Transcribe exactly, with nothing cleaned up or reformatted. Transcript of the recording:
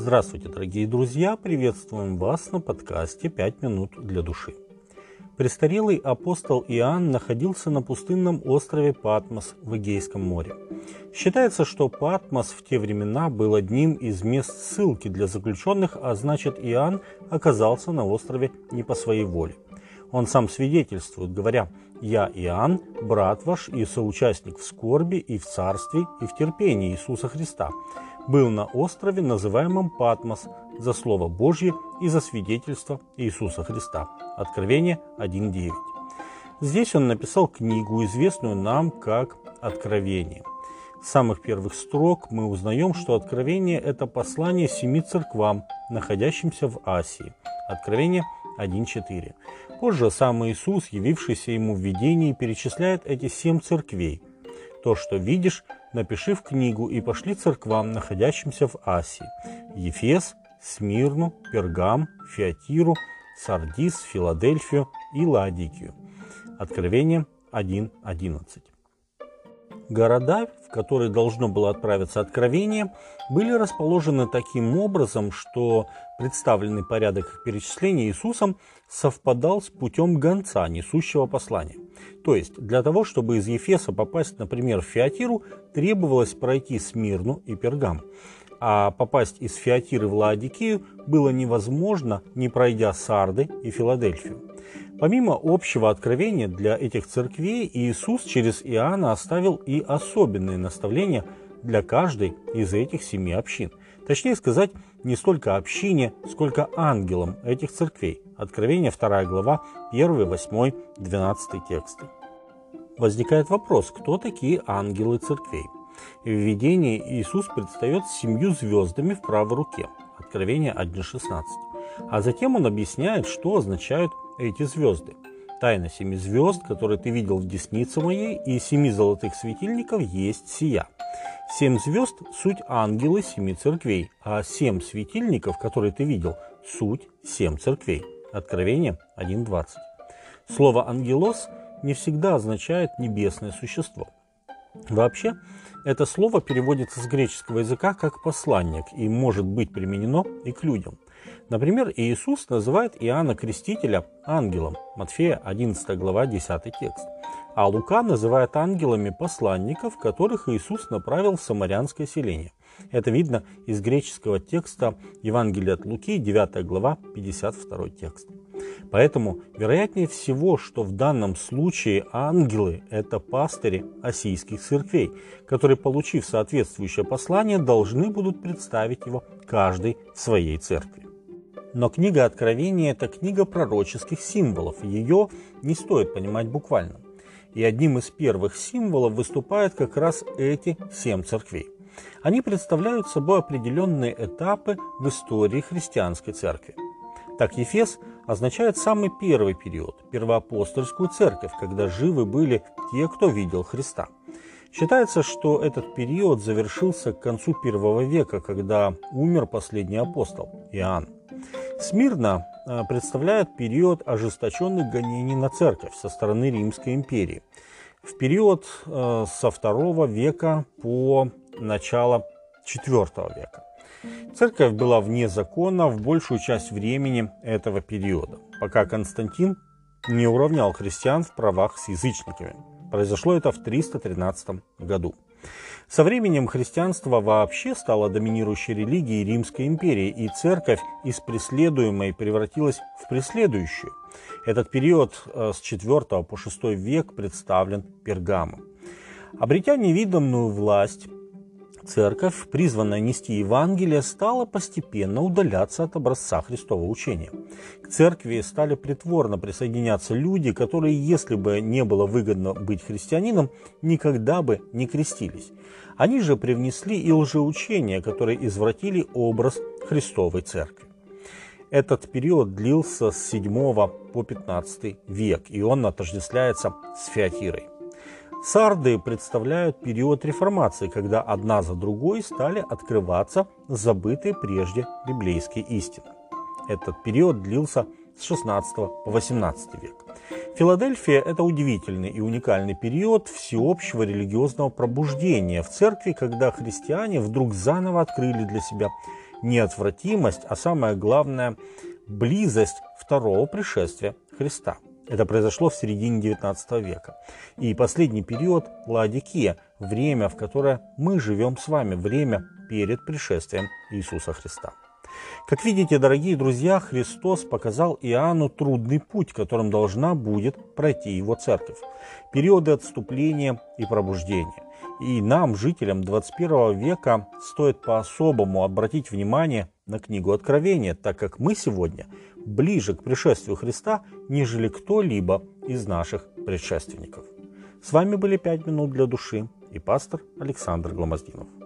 Здравствуйте, дорогие друзья! Приветствуем вас на подкасте «пять минут для души». Престарелый апостол Иоанн находился на пустынном острове Патмос в Эгейском море. Считается, что Патмос в те времена был одним из мест ссылки для заключенных, а значит, Иоанн оказался на острове не по своей воле. Он сам свидетельствует, говоря: «Я, Иоанн, брат ваш и соучастник в скорби и в царстве и в терпении Иисуса Христа, был на острове, называемом Патмос, за Слово Божье и за свидетельство Иисуса Христа». Откровение один девять. Здесь он написал книгу, известную нам как «Откровение». С самых первых строк мы узнаем, что Откровение – это послание семи церквам, находящимся в Асии. Откровение один четыре. Позже сам Иисус, явившийся ему в видении, перечисляет эти семь церквей. «То, что видишь, напиши в книгу и пошли церквам, находящимся в Асии: Ефес, Смирну, Пергам, Фиатиру, Сардис, Филадельфию и Ладикию». Откровение один одиннадцать. Города, в которые должно было отправиться Откровение, были расположены таким образом, что представленный порядок их перечисления Иисусом совпадал с путем гонца, несущего послание. То есть, для того, чтобы из Ефеса попасть, например, в Фиатиру, требовалось пройти Смирну и Пергам. А попасть из Фиатиры в Ладикию было невозможно, не пройдя Сарды и Филадельфию. Помимо общего откровения для этих церквей, Иисус через Иоанна оставил и особенные наставления для каждой из этих семи общин. Точнее сказать, не столько общине, сколько ангелам этих церквей. Откровение вторая глава, первый, восьмой, двенадцатый тексты. Возникает вопрос, кто такие ангелы церквей? В видении Иисус предстает с семью звездами в правой руке. Откровение один шестнадцать. А затем он объясняет, что означают эти звезды. «Тайна семи звезд, которые ты видел в деснице моей, и семи золотых светильников есть сия». Семь звезд – суть ангелы семи церквей, а семь светильников, которые ты видел, суть семь церквей. Откровение один двадцать. Слово «ангелос» не всегда означает «небесное существо». Вообще, это слово переводится с греческого языка как «посланник» и может быть применено и к людям. Например, Иисус называет Иоанна Крестителя ангелом, Матфея одиннадцатая глава, десятый текст. А Лука называет ангелами посланников, которых Иисус направил в самарянское селение. Это видно из греческого текста Евангелия от Луки, девятая глава, пятьдесят второй текст. Поэтому, вероятнее всего, что в данном случае ангелы – это пастыри асийских церквей, которые, получив соответствующее послание, должны будут представить его каждой в своей церкви. Но книга Откровения – это книга пророческих символов, ее не стоит понимать буквально. И одним из первых символов выступают как раз эти семь церквей. Они представляют собой определенные этапы в истории христианской церкви. Так, Ефес означает самый первый период, первоапостольскую церковь, когда живы были те, кто видел Христа. Считается, что этот период завершился к концу первого века, когда умер последний апостол Иоанн. Смирна представляет период ожесточенных гонений на церковь со стороны Римской империи. В период со второго века по начало четвёртого века. Церковь была вне закона в большую часть времени этого периода, пока Константин не уравнял христиан в правах с язычниками. Произошло это в триста тринадцатом году. Со временем христианство вообще стало доминирующей религией Римской империи, и церковь из преследуемой превратилась в преследующую. Этот период с четвёртого по шестой век представлен Пергамом. Обретя невиданную власть, церковь, призванная нести Евангелие, стала постепенно удаляться от образца Христового учения. К церкви стали притворно присоединяться люди, которые, если бы не было выгодно быть христианином, никогда бы не крестились. Они же привнесли и лжеучения, которые извратили образ Христовой церкви. Этот период длился с седьмого по пятнадцатый век, и он отождествляется с Фиатирой. Сарды представляют период реформации, когда одна за другой стали открываться забытые прежде библейские истины. Этот период длился с шестнадцатого по восемнадцатый век. Филадельфия – это удивительный и уникальный период всеобщего религиозного пробуждения в церкви, когда христиане вдруг заново открыли для себя неотвратимость, а самое главное – близость второго пришествия Христа. Это произошло в середине девятнадцатого века. И последний период – Лаодикия, время, в которое мы живем с вами, время перед пришествием Иисуса Христа. Как видите, дорогие друзья, Христос показал Иоанну трудный путь, которым должна будет пройти его церковь. Периоды отступления и пробуждения. И нам, жителям двадцать первого века, стоит по-особому обратить внимание на книгу Откровения, так как мы сегодня ближе к пришествию Христа, нежели кто-либо из наших предшественников. С вами были «Пять минут для души» и пастор Александр Гломоздинов.